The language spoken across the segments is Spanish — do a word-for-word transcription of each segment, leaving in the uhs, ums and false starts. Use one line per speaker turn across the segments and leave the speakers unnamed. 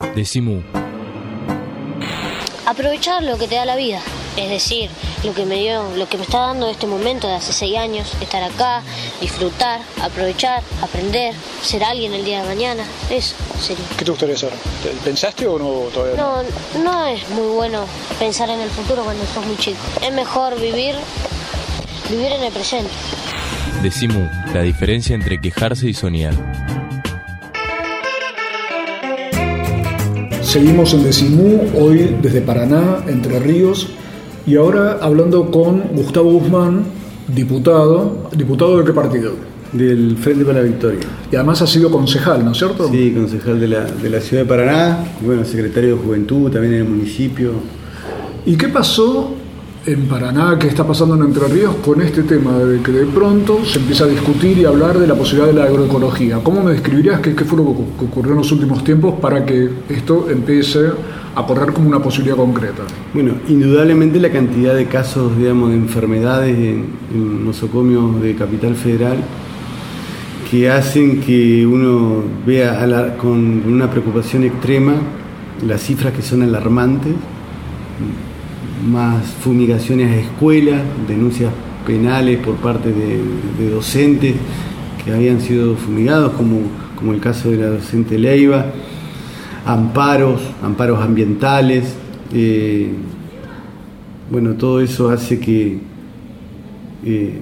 Decimú.
Aprovechar lo que te da la vida, es decir, lo que me dio, lo que me está dando este momento de hace seis años, estar acá, disfrutar, aprovechar, aprender, ser alguien el día de mañana, eso sería.
¿Qué te gustaría ser? ¿Pensaste o no todavía?
No, no es muy bueno pensar en el futuro cuando sos muy chico. Es mejor vivir, vivir en el presente.
Decimú, la diferencia entre quejarse y soñar.
Seguimos en Decimú, hoy desde Paraná, Entre Ríos, y ahora hablando con Gustavo Guzmán, diputado. ¿Diputado de qué partido?
Del Frente para la Victoria.
Y además ha sido concejal, ¿no es cierto?
Sí, concejal de la, de la ciudad de Paraná, bueno, secretario de Juventud también en el municipio.
¿Y qué pasó en Paraná, qué está pasando en Entre Ríos con este tema de que de pronto se empieza a discutir y hablar de la posibilidad de la agroecología? ¿Cómo me describirías qué, qué fue lo que ocurrió en los últimos tiempos para que esto empiece a correr como una posibilidad concreta?
Bueno, indudablemente la cantidad de casos, digamos, de enfermedades en, en nosocomios de Capital Federal que hacen que uno vea a la, con una preocupación extrema las cifras que son alarmantes. Más fumigaciones a escuelas, denuncias penales por parte de, de docentes que habían sido fumigados, como, como el caso de la docente Leiva, amparos, amparos ambientales. Eh, bueno, todo eso hace que, eh,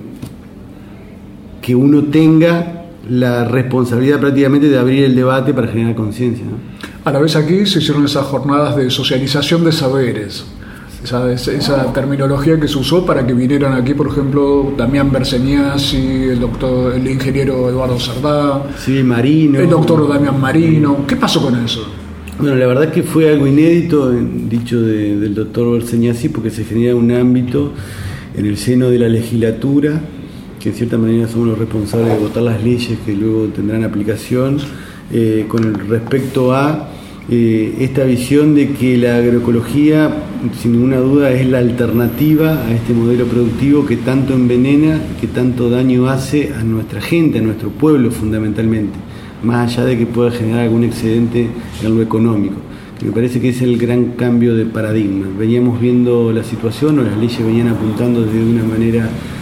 que uno tenga la responsabilidad prácticamente de abrir el debate para generar conciencia, ¿no?
A la vez aquí se hicieron esas jornadas de socialización de saberes. Esa, esa terminología que se usó para que vinieran aquí, por ejemplo, Damián Berseniasi, el doctor, el ingeniero Eduardo Sardá,
sí, Marino,
el doctor Damián Marino. ¿Qué pasó con eso?
Bueno, la verdad es que fue algo inédito, dicho de, del doctor Berseniasi, porque se genera un ámbito en el seno de la legislatura, que en cierta manera somos los responsables de votar las leyes que luego tendrán aplicación, eh, con respecto a Eh, esta visión de que la agroecología, sin ninguna duda, es la alternativa a este modelo productivo que tanto envenena, que tanto daño hace a nuestra gente, a nuestro pueblo fundamentalmente, más allá de que pueda generar algún excedente en lo económico. Me parece que es el gran cambio de paradigma. Veníamos viendo la situación, o las leyes venían apuntando desde una manera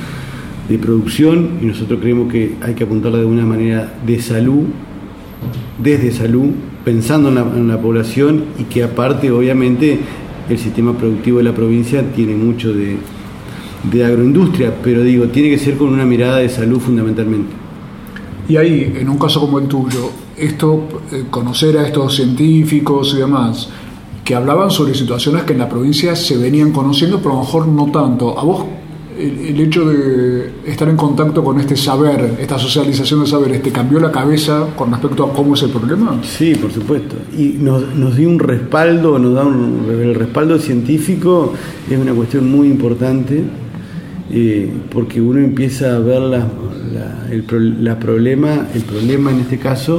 de producción, y nosotros creemos que hay que apuntarla de una manera de salud, desde salud, pensando en la, en la población, y que aparte obviamente el sistema productivo de la provincia tiene mucho de, de agroindustria, pero digo, tiene que ser con una mirada de salud fundamentalmente.
Y ahí, en un caso como el tuyo, esto, eh, conocer a estos científicos y demás, que hablaban sobre situaciones que en la provincia se venían conociendo, pero a lo mejor no tanto. ¿A vos el, el hecho de estar en contacto con este saber, esta socialización de saberes, te cambió la cabeza con respecto a cómo es el problema?
Sí, por supuesto. Y nos, nos dio un respaldo, nos da un, el respaldo científico es una cuestión muy importante, eh, porque uno empieza a ver la, la, el, la problema, el problema en este caso,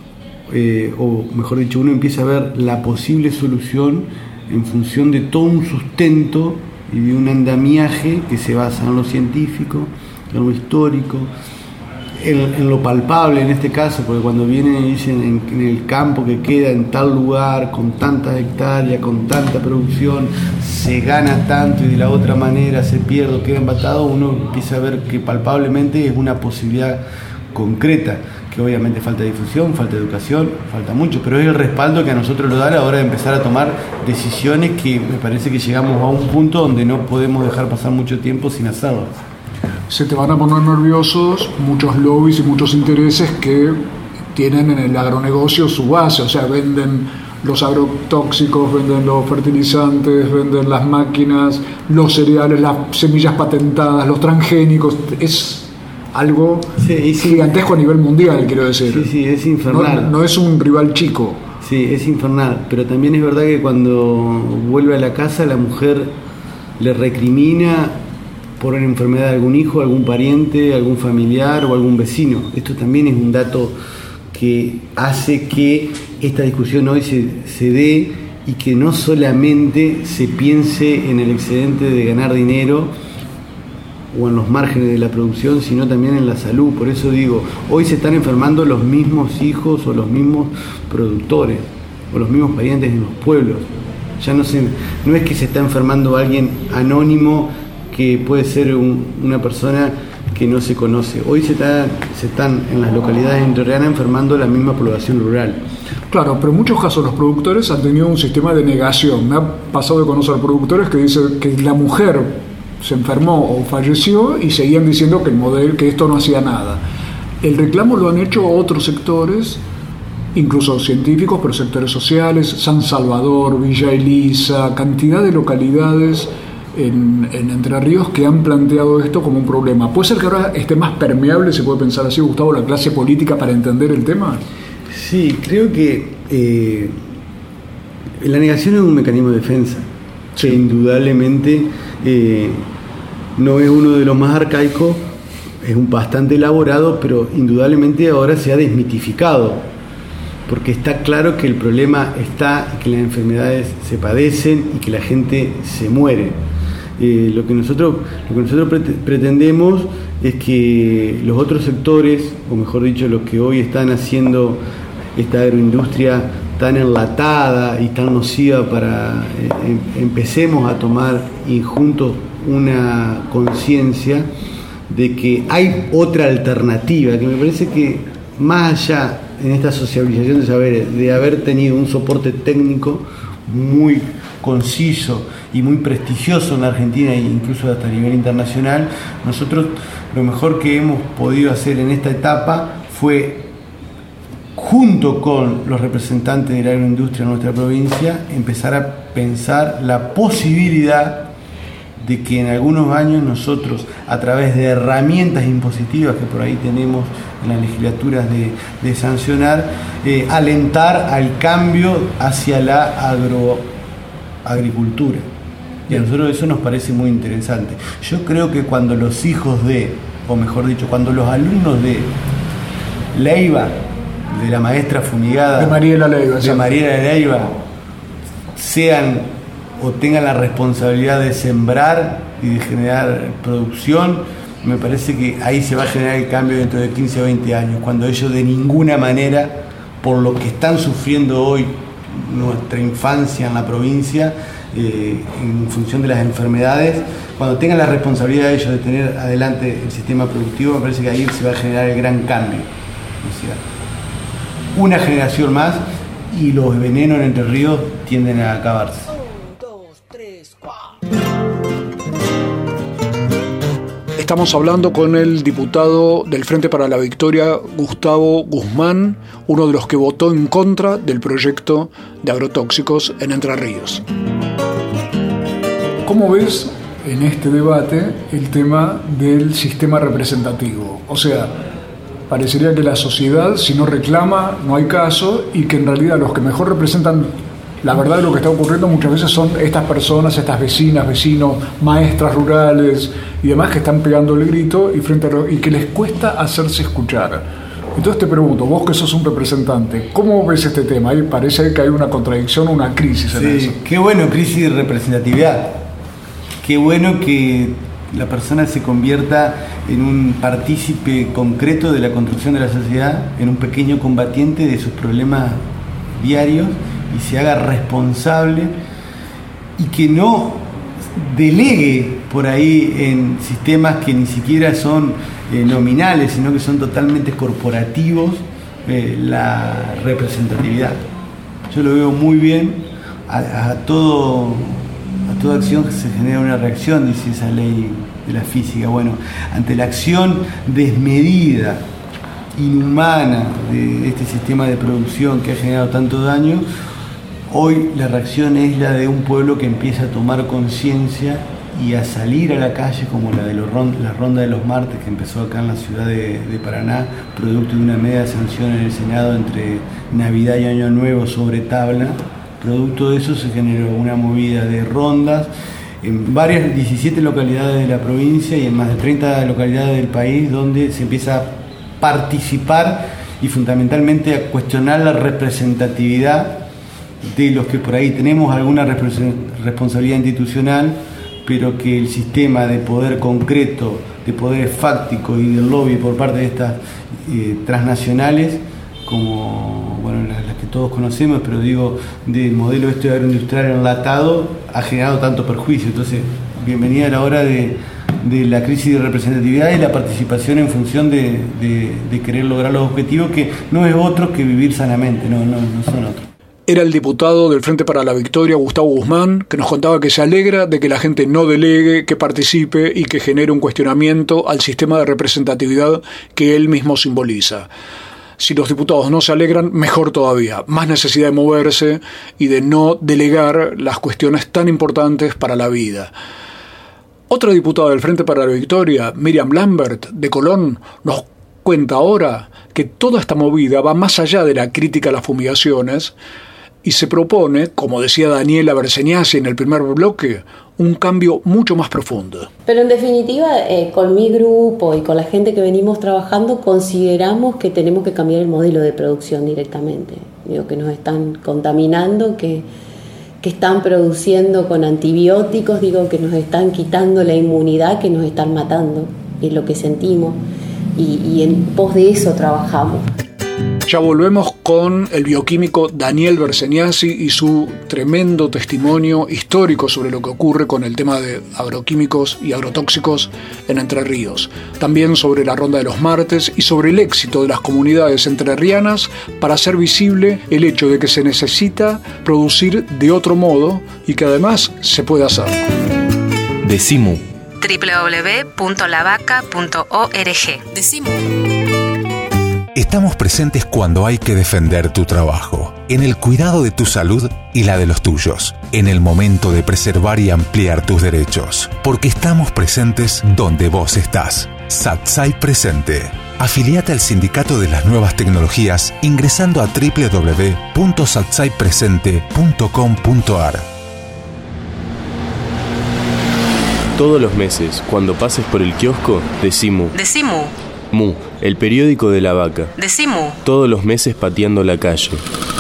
eh, o mejor dicho, uno empieza a ver la posible solución en función de todo un sustento y de un andamiaje que se basa en lo científico, en lo histórico, en, en lo palpable en este caso, porque cuando vienen y dicen en, en el campo que queda en tal lugar, con tantas hectáreas, con tanta producción, se gana tanto y de la otra manera se pierde o queda embatado, uno empieza a ver que palpablemente es una posibilidad concreta, que obviamente falta difusión, falta educación, falta mucho, pero es el respaldo que a nosotros nos da a la hora de empezar a tomar decisiones, que me parece que llegamos a un punto donde no podemos dejar pasar mucho tiempo sin hacerlas.
Se te van a poner nerviosos muchos lobbies y muchos intereses que tienen en el agronegocio su base, o sea, venden los agrotóxicos, venden los fertilizantes, venden las máquinas, los cereales, las semillas patentadas, los transgénicos. Es algo sí, sí, gigantesco a nivel mundial, quiero decir.
Sí, sí, es infernal.
No, no es un rival chico.
Sí, es infernal, pero también es verdad que cuando vuelve a la casa la mujer le recrimina por una enfermedad de algún hijo, algún pariente, algún familiar o algún vecino. Esto también es un dato que hace que esta discusión hoy se, se dé, y que no solamente se piense en el excedente de ganar dinero o en los márgenes de la producción, sino también en la salud. Por eso digo, hoy se están enfermando los mismos hijos o los mismos productores. o los mismos parientes en los pueblos. Ya no, se, no es que se está enfermando alguien anónimo que puede ser un, una persona que no se conoce. Hoy se, está, se están en las localidades entrerrianas enfermando la misma población rural.
Claro, pero en muchos casos los productores han tenido un sistema de negación. Me ha pasado de conocer productores que dicen que la mujer se enfermó o falleció y seguían diciendo que el modelo, que esto no hacía nada. El reclamo lo han hecho otros sectores, incluso científicos, pero sectores sociales, San Salvador, Villa Elisa, cantidad de localidades en, en Entre Ríos que han planteado esto como un problema. ¿Puede ser que ahora esté más permeable, se puede pensar así, Gustavo, la clase política para entender el tema?
Sí, creo que eh, la negación es un mecanismo de defensa, sí. Que indudablemente eh, no es uno de los más arcaicos, es un bastante elaborado, pero indudablemente ahora se ha desmitificado, porque está claro que el problema está, que las enfermedades se padecen y que la gente se muere. Eh, lo que nosotros, lo que nosotros pretendemos es que los otros sectores, o mejor dicho, los que hoy están haciendo esta agroindustria tan enlatada y tan nociva, para eh, em, empecemos a tomar y juntos una conciencia de que hay otra alternativa, que me parece que más allá en esta sociabilización de saberes, de haber tenido un soporte técnico muy conciso y muy prestigioso en la Argentina e incluso hasta a nivel internacional, nosotros lo mejor que hemos podido hacer en esta etapa fue, junto con los representantes de la agroindustria de nuestra provincia, empezar a pensar la posibilidad de que en algunos años nosotros, a través de herramientas impositivas que por ahí tenemos en las legislaturas de, de sancionar, eh, alentar al cambio hacia la agro, agricultura. Y a nosotros eso nos parece muy interesante. Yo creo que cuando los hijos de, o mejor dicho, cuando los alumnos de Leiva, de la maestra fumigada,
de Mariela Leiva,
de Mariela Leiva, sean o tengan la responsabilidad de sembrar y de generar producción, me parece que ahí se va a generar el cambio dentro de quince o veinte años, cuando ellos de ninguna manera, por lo que están sufriendo hoy nuestra infancia en la provincia, eh, en función de las enfermedades, cuando tengan la responsabilidad de ellos de tener adelante el sistema productivo, me parece que ahí se va a generar el gran cambio. O sea, una generación más y los venenos en Entre Ríos tienden a acabarse.
Estamos hablando con el diputado del Frente para la Victoria, Gustavo Guzmán, uno de los que votó en contra del proyecto de agrotóxicos en Entre Ríos. ¿Cómo ves en este debate el tema del sistema representativo? O sea, parecería que la sociedad, si no reclama, no hay caso, y que en realidad los que mejor representan la verdad de lo que está ocurriendo muchas veces son estas personas, estas vecinas, vecinos, maestras rurales y demás que están pegando el grito y, frente a lo, y que les cuesta hacerse escuchar. Entonces te pregunto, vos que sos un representante, ¿cómo ves este tema? Ahí parece que hay una contradicción, una crisis en
sí,
eso.
Qué bueno, crisis de representatividad. Qué bueno que la persona se convierta en un partícipe concreto de la construcción de la sociedad, en un pequeño combatiente de sus problemas diarios, y se haga responsable y que no delegue por ahí en sistemas que ni siquiera son eh, nominales, sino que son totalmente corporativos, eh, la representatividad. Yo lo veo muy bien. A, a, todo, a toda acción se genera una reacción, dice esa ley de la física. Bueno, ante la acción desmedida, inhumana de este sistema de producción que ha generado tanto daño, hoy la reacción es la de un pueblo que empieza a tomar conciencia y a salir a la calle, como la de los rond- la ronda de los martes que empezó acá en la ciudad de, de Paraná, producto de una media sanción en el Senado entre Navidad y Año Nuevo sobre tabla. Producto de eso se generó una movida de rondas en varias diecisiete localidades de la provincia y en más de treinta localidades del país, donde se empieza a participar y fundamentalmente a cuestionar la representatividad de los que por ahí tenemos alguna responsabilidad institucional, pero que el sistema de poder concreto, de poderes fácticos y del lobby por parte de estas eh, transnacionales como bueno, las, las que todos conocemos, pero digo, del modelo este agroindustrial enlatado ha generado tanto perjuicio. Entonces, bienvenida a la hora de, de la crisis de representatividad y la participación en función de, de, de querer lograr los objetivos, que no es otro que vivir sanamente, no, no, no son otros.
Era el diputado del Frente para la Victoria, Gustavo Guzmán, que nos contaba que se alegra de que la gente no delegue, que participe y que genere un cuestionamiento al sistema de representatividad que él mismo simboliza. Si los diputados no se alegran, mejor todavía. Más necesidad de moverse y de no delegar las cuestiones tan importantes para la vida. Otra diputada del Frente para la Victoria, Miriam Lambert, de Colón, nos cuenta ahora que toda esta movida va más allá de la crítica a las fumigaciones y se propone, como decía Daniela Berseñasi en el primer bloque, un cambio mucho más profundo.
Pero en definitiva, eh, con mi grupo y con la gente que venimos trabajando, consideramos que tenemos que cambiar el modelo de producción directamente. Digo, que nos están contaminando, que, que están produciendo con antibióticos, digo, que nos están quitando la inmunidad, que nos están matando, es lo que sentimos, y, y en pos de eso trabajamos.
Ya volvemos con el bioquímico Daniel Berseñasi y su tremendo testimonio histórico sobre lo que ocurre con el tema de agroquímicos y agrotóxicos en Entre Ríos. También sobre la Ronda de los Martes y sobre el éxito de las comunidades entrerrianas para hacer visible el hecho de que se necesita producir de otro modo y que además se puede hacer.
Decimu.
doble u doble u doble u punto la vaca punto org. Decimu.
Estamos presentes cuando hay que defender tu trabajo, en el cuidado de tu salud y la de los tuyos, en el momento de preservar y ampliar tus derechos, porque estamos presentes donde vos estás. Satsai Presente. Afiliate al Sindicato de las Nuevas Tecnologías ingresando a doble u doble u doble u punto satsai presente punto com punto a r.
Todos los meses, cuando pases por el kiosco, Decimu.
Decimu.
Mu, el periódico de la vaca.
Decimu.
Todos los meses pateando la calle.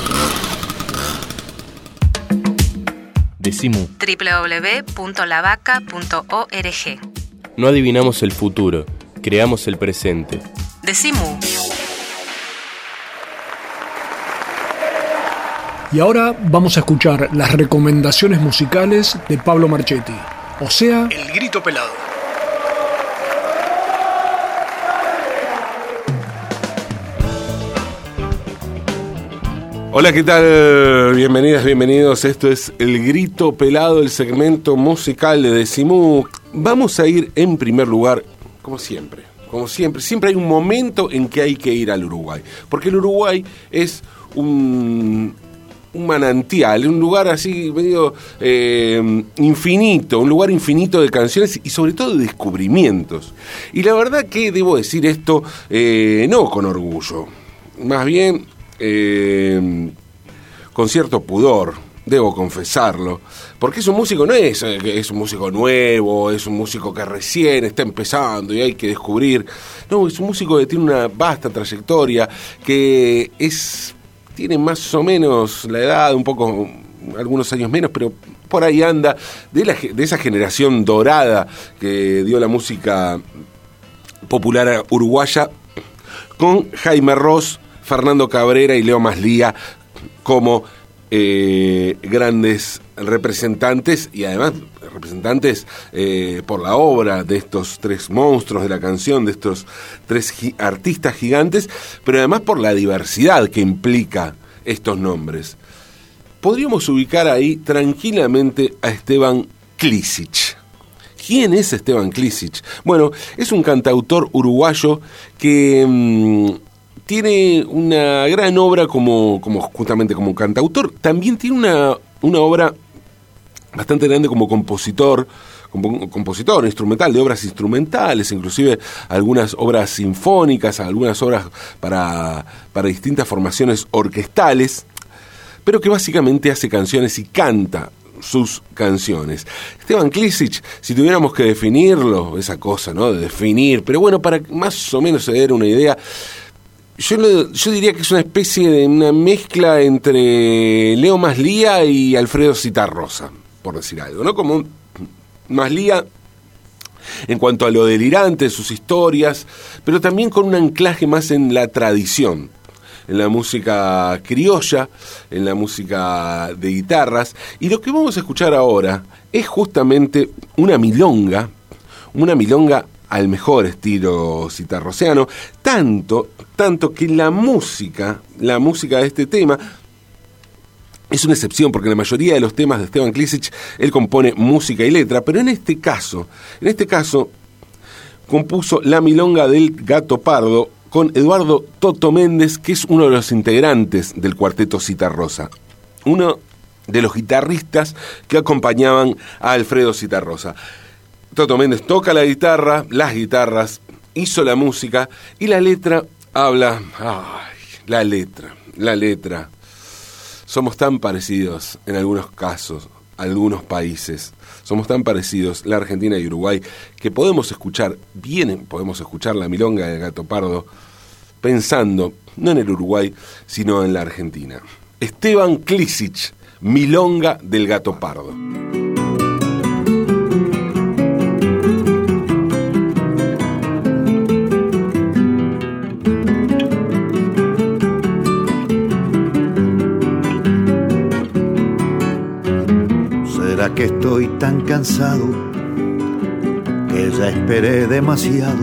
Decimu.
doble u doble u doble u punto la vaca punto org.
No adivinamos el futuro, creamos el presente.
Decimu.
Y ahora vamos a escuchar las recomendaciones musicales de Pablo Marchetti, o sea, El Grito Pelado.
Hola, ¿qué tal? Bienvenidas, bienvenidos. Esto es El Grito Pelado, el segmento musical de Decimu. Vamos a ir en primer lugar, como siempre, como siempre. Siempre hay un momento en que hay que ir al Uruguay, porque el Uruguay es un, un manantial, un lugar así medio eh, infinito, un lugar infinito de canciones y sobre todo de descubrimientos. Y la verdad que debo decir esto eh, no con orgullo, más bien Eh, con cierto pudor, debo confesarlo, porque es un músico, no es, es un músico nuevo, es un músico que recién está empezando y hay que descubrir, no, es un músico que tiene una vasta trayectoria, que es tiene más o menos la edad, un poco, algunos años menos, pero por ahí anda, de, la, de esa generación dorada que dio la música popular uruguaya, con Jaime Ross, Fernando Cabrera y Leo Maslía como eh, grandes representantes y además representantes eh, por la obra de estos tres monstruos de la canción, de estos tres gi- artistas gigantes, pero además por la diversidad que implica estos nombres. Podríamos ubicar ahí tranquilamente a Esteban Klisic. ¿Quién es Esteban Klisic? Bueno, es un cantautor uruguayo que Mmm, tiene una gran obra como, como justamente como cantautor. También tiene una, una obra bastante grande como compositor, como compositor instrumental, de obras instrumentales, inclusive algunas obras sinfónicas, algunas obras para, para distintas formaciones orquestales, pero que básicamente hace canciones y canta sus canciones. Esteban Klisic, si tuviéramos que definirlo, esa cosa, ¿no?, de definir, pero bueno, para más o menos se dé una idea, Yo, yo diría que es una especie de una mezcla entre Leo Maslía y Alfredo Zitarrosa, por decir algo, ¿no? Como Maslía en cuanto a lo delirante de sus historias, pero también con un anclaje más en la tradición. en la música criolla, en la música de guitarras. Y lo que vamos a escuchar ahora es justamente una milonga, una milonga al mejor estilo citarroseano, tanto, tanto que la música, la música de este tema es una excepción, porque en la mayoría de los temas de Esteban Klisic él compone música y letra, pero en este caso, en este caso compuso la milonga del Gato Pardo con Eduardo Toto Méndez, que es uno de los integrantes del cuarteto Citarrosa, uno de los guitarristas que acompañaban a Alfredo Citarrosa. Toto Méndez toca la guitarra, las guitarras, hizo la música y la letra habla... Ay, la letra, la letra... Somos tan parecidos en algunos casos, algunos países. Somos tan parecidos, la Argentina y Uruguay, que podemos escuchar, bien podemos escuchar la milonga del Gato Pardo, pensando no en el Uruguay, sino en la Argentina. Esteban Klisic, milonga del Gato Pardo.
Que estoy tan cansado, que ya esperé demasiado.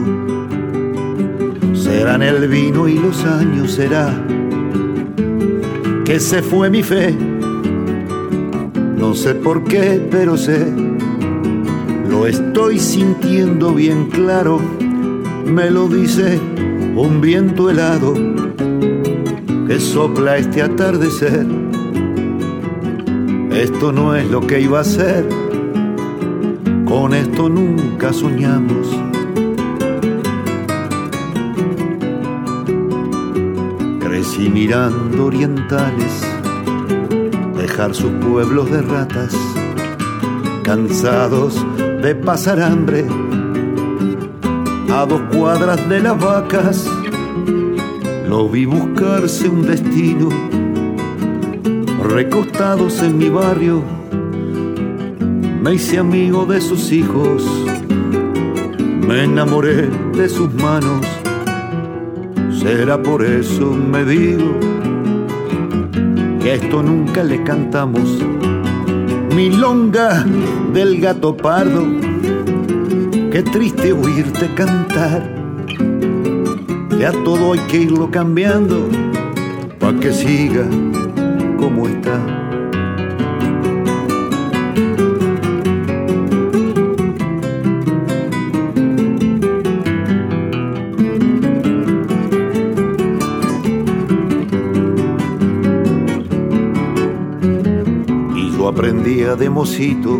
Serán el vino y los años, será que se fue mi fe. No sé por qué, pero sé, lo estoy sintiendo bien claro. Me lo dice un viento helado que sopla este atardecer. Esto no es lo que iba a ser, con esto nunca soñamos. Crecí mirando orientales dejar sus pueblos de ratas, cansados de pasar hambre a dos cuadras de las vacas. Lo vi buscarse un destino recostados en mi barrio. Me hice amigo de sus hijos, me enamoré de sus manos. Será por eso, me digo, que esto nunca le cantamos. Milonga del Gato Pardo, qué triste oírte cantar. Ya todo hay que irlo cambiando pa' que siga como está. Y yo aprendía de mocito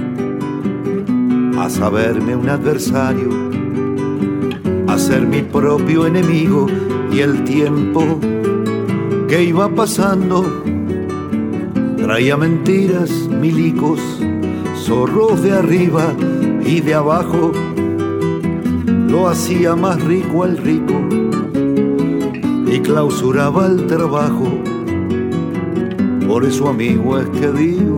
a saberme un adversario, a ser mi propio enemigo, y el tiempo que iba pasando traía mentiras, milicos, zorros de arriba y de abajo. Lo hacía más rico al rico y clausuraba el trabajo. Por eso, amigo, es que digo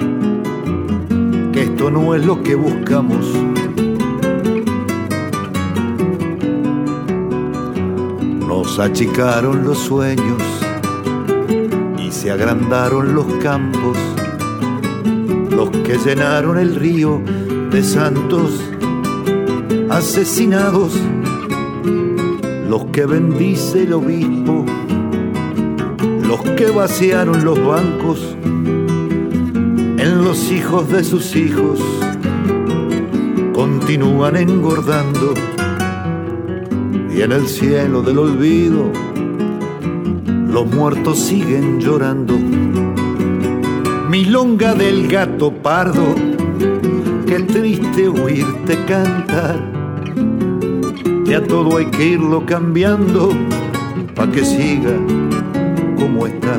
que esto no es lo que buscamos. Nos achicaron los sueños, se agrandaron los campos, los que llenaron el río de santos asesinados, los que bendice el obispo, los que vaciaron los bancos en los hijos de sus hijos, continúan engordando, y en el cielo del olvido los muertos siguen llorando. Milonga del Gato Pardo, qué triste oírte cantar. Ya todo hay que irlo cambiando pa' que siga como está.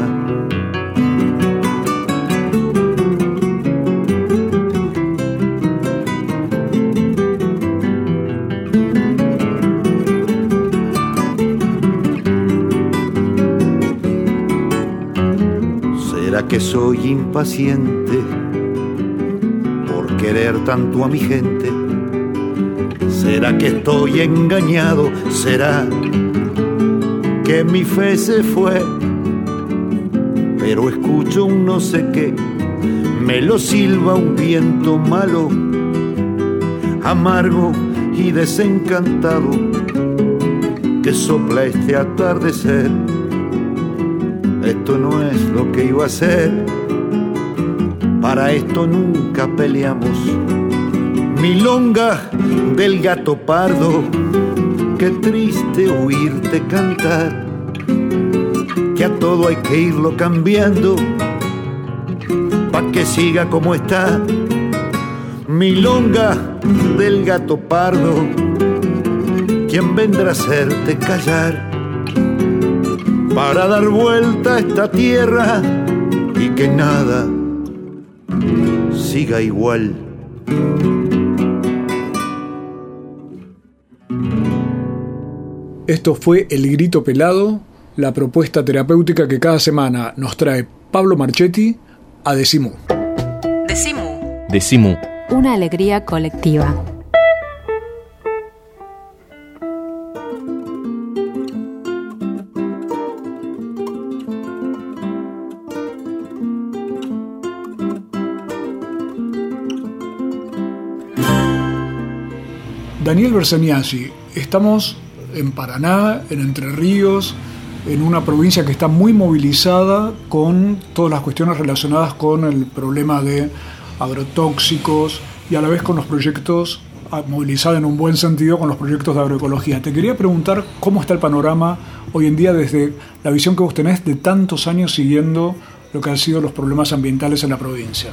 Que soy impaciente por querer tanto a mi gente. ¿Será que estoy engañado? ¿Será que mi fe se fue, pero escucho un no sé qué, me lo silba un viento malo, amargo y desencantado, que sopla este atardecer. Esto no es lo que iba a ser, para esto nunca peleamos. Milonga del gato pardo, qué triste oírte cantar, que a todo hay que irlo cambiando, pa' que siga como está. Milonga del gato pardo, ¿quién vendrá a hacerte callar? Para dar vuelta a esta tierra y que nada siga igual.
Esto fue El Grito Pelado, la propuesta terapéutica que cada semana nos trae Pablo Marchetti a Decimú.
Decimú.
Decimú.
Una alegría colectiva.
Daniel Berceniasi, estamos en Paraná, en Entre Ríos, en una provincia que está muy movilizada con todas las cuestiones relacionadas con el problema de agrotóxicos y a la vez con los proyectos, movilizada en un buen sentido con los proyectos de agroecología. Te quería preguntar cómo está el panorama hoy en día desde la visión que vos tenés de tantos años siguiendo lo que han sido los problemas ambientales en la provincia.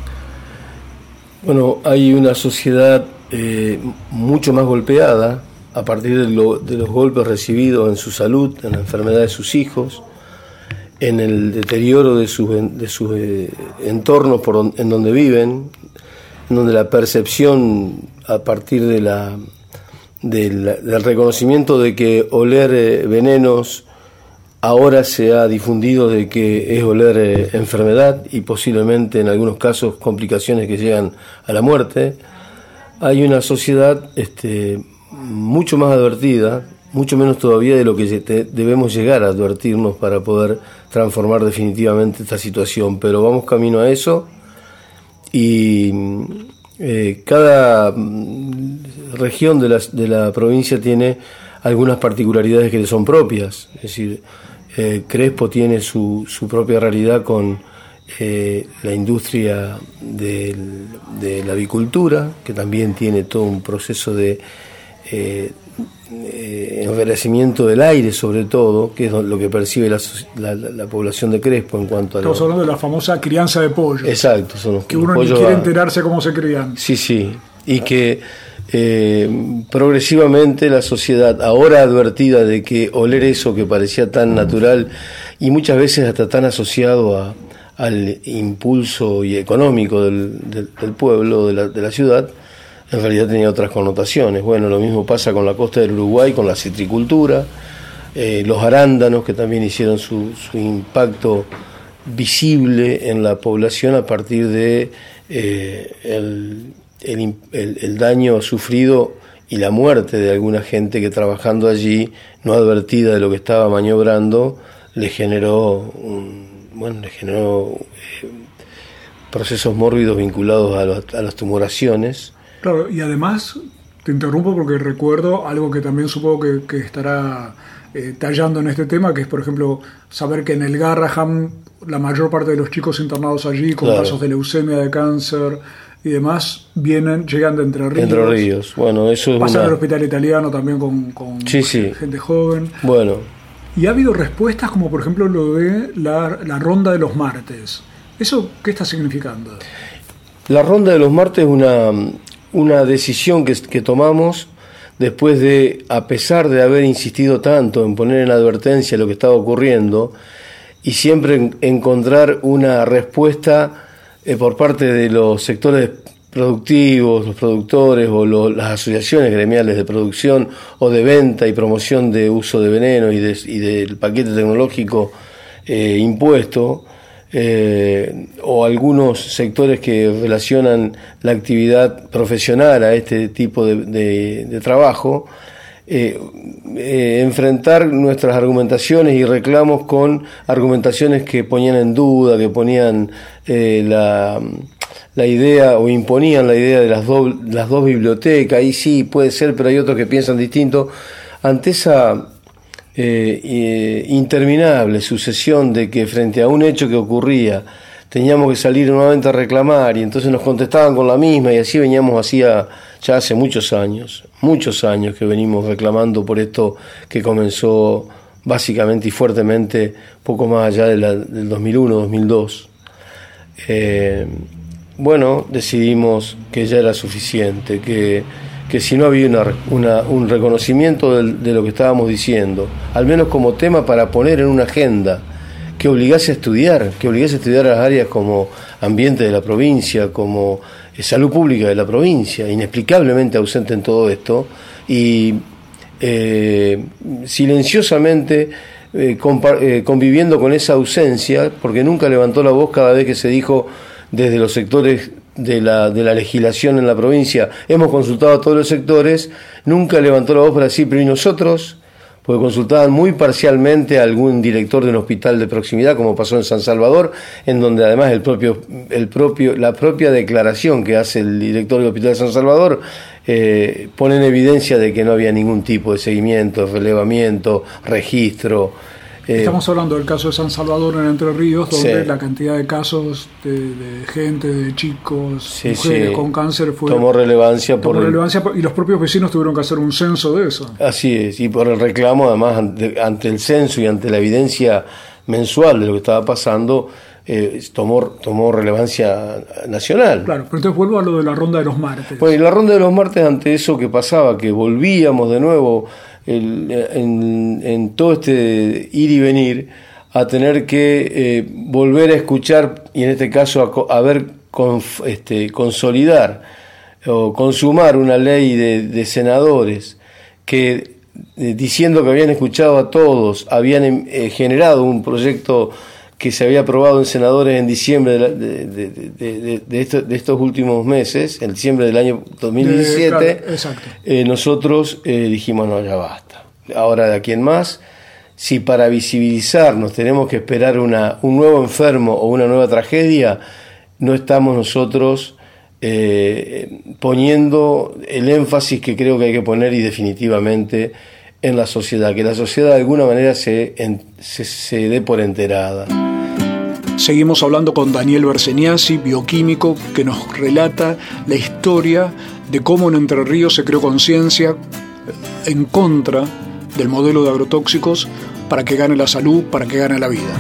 Bueno, hay una sociedad eh, mucho más golpeada a partir de, lo, de los golpes recibidos en su salud, en la enfermedad de sus hijos, en el deterioro de sus de sus eh, entornos por don, en donde viven, en donde la percepción a partir de la, de la del reconocimiento de que oler eh, venenos ahora se ha difundido de que es oler eh, enfermedad y posiblemente en algunos casos complicaciones que llegan a la muerte. Hay una sociedad este, mucho más advertida, mucho menos todavía de lo que debemos llegar a advertirnos para poder transformar definitivamente esta situación, pero vamos camino a eso y eh, cada región de la, de la provincia tiene algunas particularidades que le son propias, es decir, eh, Crespo tiene su, su propia realidad con eh, la industria del, de la avicultura, que también tiene todo un proceso de eh, eh, envejecimiento del aire, sobre todo, que es lo que percibe la, la, la población de Crespo en cuanto a...
Estamos
lo...
hablando de la famosa crianza de pollo.
Exacto, son los
que uno ni quiere a... enterarse cómo se crían.
Sí, sí, y que eh, progresivamente la sociedad, ahora advertida de que oler eso que parecía tan natural y muchas veces hasta tan asociado a, al impulso y económico del, del, del pueblo, de la, de la ciudad, en realidad tenía otras connotaciones. Bueno, lo mismo pasa con la costa del Uruguay, con la citricultura, eh, los arándanos, que también hicieron su, su impacto visible en la población a partir de eh, el, el, el, el daño sufrido y la muerte de alguna gente que trabajando allí, no advertida de lo que estaba maniobrando, le generó un, bueno, le generó eh, procesos mórbidos vinculados a, los, a las tumoraciones.
Claro, y además, te interrumpo porque recuerdo algo que también supongo que, que estará eh, tallando en este tema, que es, por ejemplo, saber que en el Garrahan la mayor parte de los chicos internados allí con claro. casos de leucemia, de cáncer y demás, vienen, llegan de Entre Ríos.
Entre Ríos, bueno, eso es
pasan
una...
al hospital italiano también con, con
sí, sí.
gente joven.
Bueno.
Y ha habido respuestas como, por ejemplo, lo de la, la ronda de los martes. ¿Eso qué está significando?
La ronda de los martes es una... una decisión que, que tomamos después de, a pesar de haber insistido tanto en poner en advertencia lo que estaba ocurriendo y siempre en, encontrar una respuesta eh, por parte de los sectores productivos, los productores o lo, las asociaciones gremiales de producción o de venta y promoción de uso de veneno y, de, y del paquete tecnológico eh, impuesto, Eh, o algunos sectores que relacionan la actividad profesional a este tipo de, de, de trabajo, eh, eh, enfrentar nuestras argumentaciones y reclamos con argumentaciones que ponían en duda, que ponían eh, la, la idea o imponían la idea de las, do, las dos bibliotecas. Ahí sí puede ser, pero hay otros que piensan distinto. Ante esa eh, eh, interminable sucesión de que frente a un hecho que ocurría teníamos que salir nuevamente a reclamar, y entonces nos contestaban con la misma, y así veníamos hacía ya hace muchos años, muchos años que venimos reclamando por esto que comenzó básicamente y fuertemente poco más allá de la, del dos mil uno, dos mil dos. Eh, bueno, decidimos que ya era suficiente, que, que si no había una, una, un reconocimiento de, de lo que estábamos diciendo, al menos como tema para poner en una agenda, que obligase a estudiar, que obligase a estudiar las áreas como ambiente de la provincia, como salud pública de la provincia, inexplicablemente ausente en todo esto, y eh, silenciosamente eh, compa- eh, conviviendo con esa ausencia, porque nunca levantó la voz cada vez que se dijo desde los sectores de la, de la legislación en la provincia, hemos consultado a todos los sectores, nunca levantó la voz para decir, pero ¿y nosotros? Porque consultaban muy parcialmente a algún director de un hospital de proximidad, como pasó en San Salvador, en donde además el propio, el propio, la propia declaración que hace el director del hospital de San Salvador eh, pone en evidencia de que no había ningún tipo de seguimiento, relevamiento, registro. Eh,
Estamos hablando del caso de San Salvador en Entre Ríos, donde
sí.
la cantidad de casos de, de gente, de chicos,
sí,
mujeres
sí.
con cáncer fue
tomó relevancia
tomó
por
relevancia el, y los propios vecinos tuvieron que hacer un censo de eso.
Así es, y por el reclamo además ante, ante el censo y ante la evidencia mensual de lo que estaba pasando, eh, tomó, tomó relevancia nacional.
Claro, pero entonces vuelvo a lo de la ronda de los martes.
Pues la ronda de los martes, ante eso que pasaba, que volvíamos de nuevo el, en, en todo este ir y venir, a tener que eh, volver a escuchar, y en este caso a, a ver, con, este, consolidar o consumar una ley de, de senadores que, eh, diciendo que habían escuchado a todos, habían eh, generado un proyecto que se había aprobado en senadores en diciembre de, la, de, de, de, de, de, esto, de estos últimos meses, en diciembre del año dos mil diecisiete,
eh, claro,
eh, nosotros eh, dijimos, no, ya basta. Ahora de aquí en más, si para visibilizarnos tenemos que esperar una, un nuevo enfermo o una nueva tragedia, no estamos nosotros eh, poniendo el énfasis que creo que hay que poner, y definitivamente en la sociedad, que la sociedad de alguna manera se, en, se, se dé por enterada.
Seguimos hablando con Daniel Berceniasi, bioquímico, que nos relata la historia de cómo en Entre Ríos se creó conciencia en contra del modelo de agrotóxicos para que gane la salud, para que gane la vida.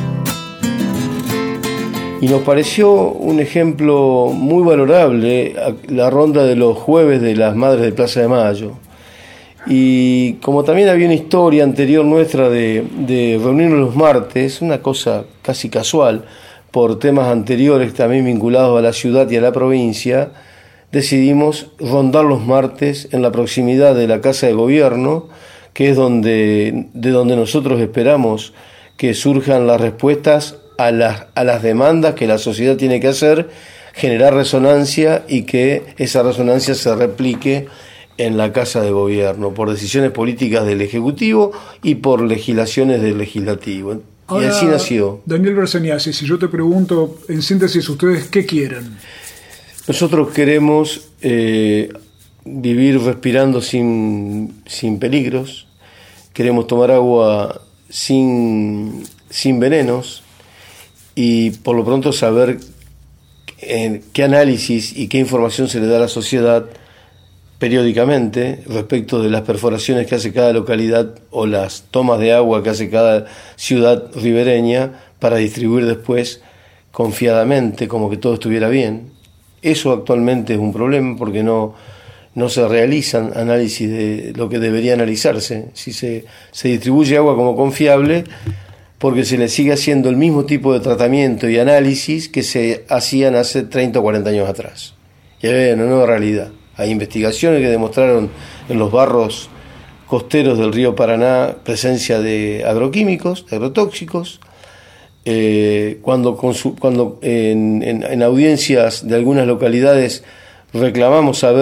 Y nos pareció un ejemplo muy valorable la ronda de los jueves de las Madres de Plaza de Mayo. Y como también había una historia anterior nuestra de, de reunirnos los martes, una cosa casi casual, por temas anteriores también vinculados a la ciudad y a la provincia, decidimos rondar los martes en la proximidad de la Casa de Gobierno, que es donde, de donde nosotros esperamos que surjan las respuestas a las, a las demandas que la sociedad tiene que hacer, generar resonancia y que esa resonancia se replique en la Casa de Gobierno, por decisiones políticas del Ejecutivo y por legislaciones del Legislativo.
Ahora,
y así nació.
Daniel Berceniasi, si yo te pregunto, en síntesis, ¿ustedes qué quieren?
Nosotros queremos eh, vivir respirando sin, sin peligros, queremos tomar agua sin, sin venenos, y por lo pronto saber en qué análisis y qué información se le da a la sociedad periódicamente respecto de las perforaciones que hace cada localidad o las tomas de agua que hace cada ciudad ribereña para distribuir después confiadamente como que todo estuviera bien. Eso actualmente es un problema porque no, no se realizan análisis de lo que debería analizarse. Si se, se distribuye agua como confiable, porque se le sigue haciendo el mismo tipo de tratamiento y análisis que se hacían hace treinta o cuarenta años atrás. Y hay una nueva realidad. Hay investigaciones que demostraron en los barros costeros del río Paraná presencia de agroquímicos, de agrotóxicos. Eh, cuando cuando en, en, en audiencias de algunas localidades reclamamos saber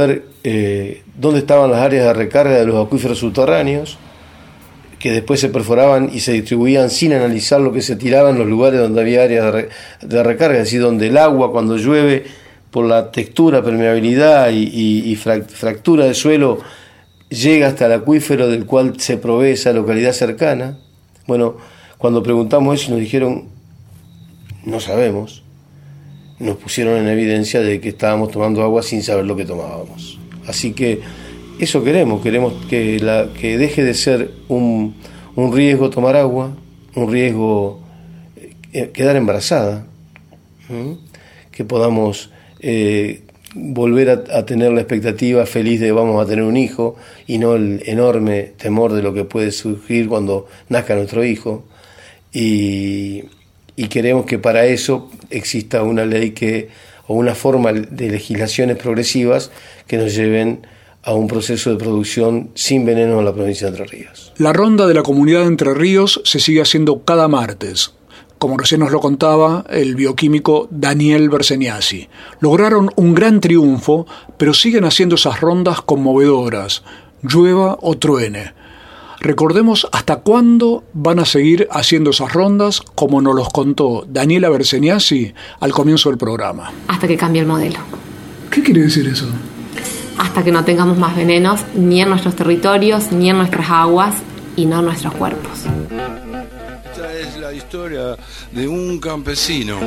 eh, dónde estaban las áreas de recarga de los acuíferos subterráneos, que después se perforaban y se distribuían sin analizar lo que se tiraba en los lugares donde había áreas de, re, de recarga, es decir, donde el agua cuando llueve, por la textura, permeabilidad y, y, y fractura del suelo, llega hasta el acuífero del cual se provee esa localidad cercana. Bueno, cuando preguntamos eso nos dijeron, no sabemos, nos pusieron en evidencia de que estábamos tomando agua sin saber lo que tomábamos. Así que eso queremos, queremos que, la, que deje de ser un, un riesgo tomar agua, un riesgo eh, quedar embarazada, ¿sí? Que podamos eh, volver a, a tener la expectativa feliz de vamos a tener un hijo y no el enorme temor de lo que puede surgir cuando nazca nuestro hijo. Y, y queremos que para eso exista una ley que o una forma de legislaciones progresivas que nos lleven a un proceso de producción sin veneno en la provincia de Entre Ríos.
La ronda de la comunidad de Entre Ríos se sigue haciendo cada martes. Como recién nos lo contaba el bioquímico Daniel Bersegnasi. Lograron un gran triunfo, pero siguen haciendo esas rondas conmovedoras, llueva o truene. Recordemos hasta cuándo van a seguir haciendo esas rondas, como nos los contó Daniela Bersegnasi al comienzo del programa.
Hasta que cambie el modelo.
¿Qué quiere decir eso?
Hasta que no tengamos más venenos ni en nuestros territorios, ni en nuestras aguas y no en nuestros cuerpos.
Esta es la historia de un campesino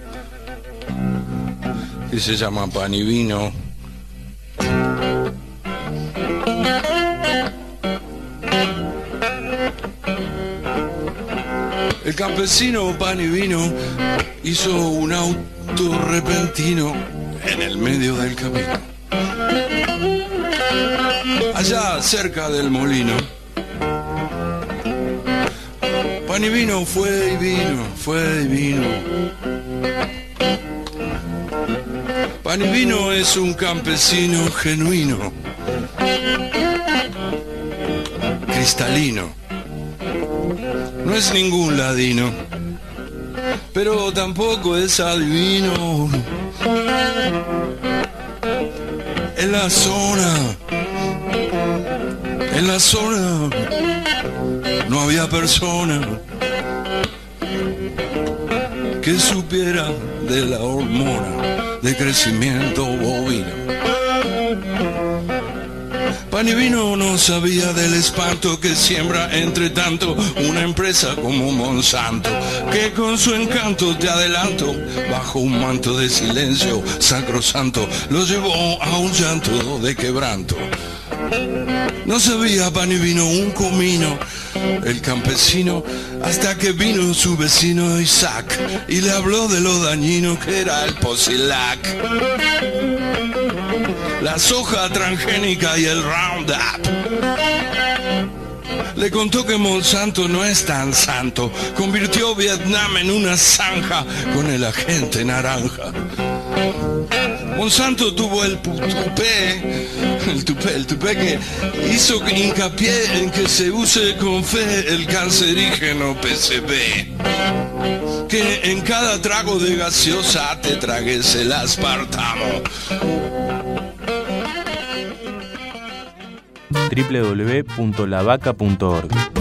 que se llama Panivino. El campesino Panivino hizo un auto repentino en el medio del camino. Allá cerca del molino, Panivino fue y vino, fue y vino. Panivino es un campesino genuino, cristalino. No es ningún ladino, pero tampoco es adivino. En la zona, en la zona, no había persona que supiera de la hormona de crecimiento bovino. Panivino no sabía del espanto que siembra entre tanto una empresa como Monsanto, que con su encanto, te adelanto, bajo un manto de silencio sacrosanto, lo llevó a un llanto de quebranto. No sabía Panivino un comino, el campesino, hasta que vino su vecino Isaac y le habló de lo dañino que era el Posilac, la soja transgénica y el Roundup. Le contó que Monsanto no es tan santo, convirtió Vietnam en una zanja con el agente naranja. Monsanto tuvo el tupé, el tupé, el tupé que hizo hincapié en que se use con fe el cancerígeno P C B. Que en cada trago de gaseosa te tragues el aspartamo.
doble u doble u doble u punto la vaca punto org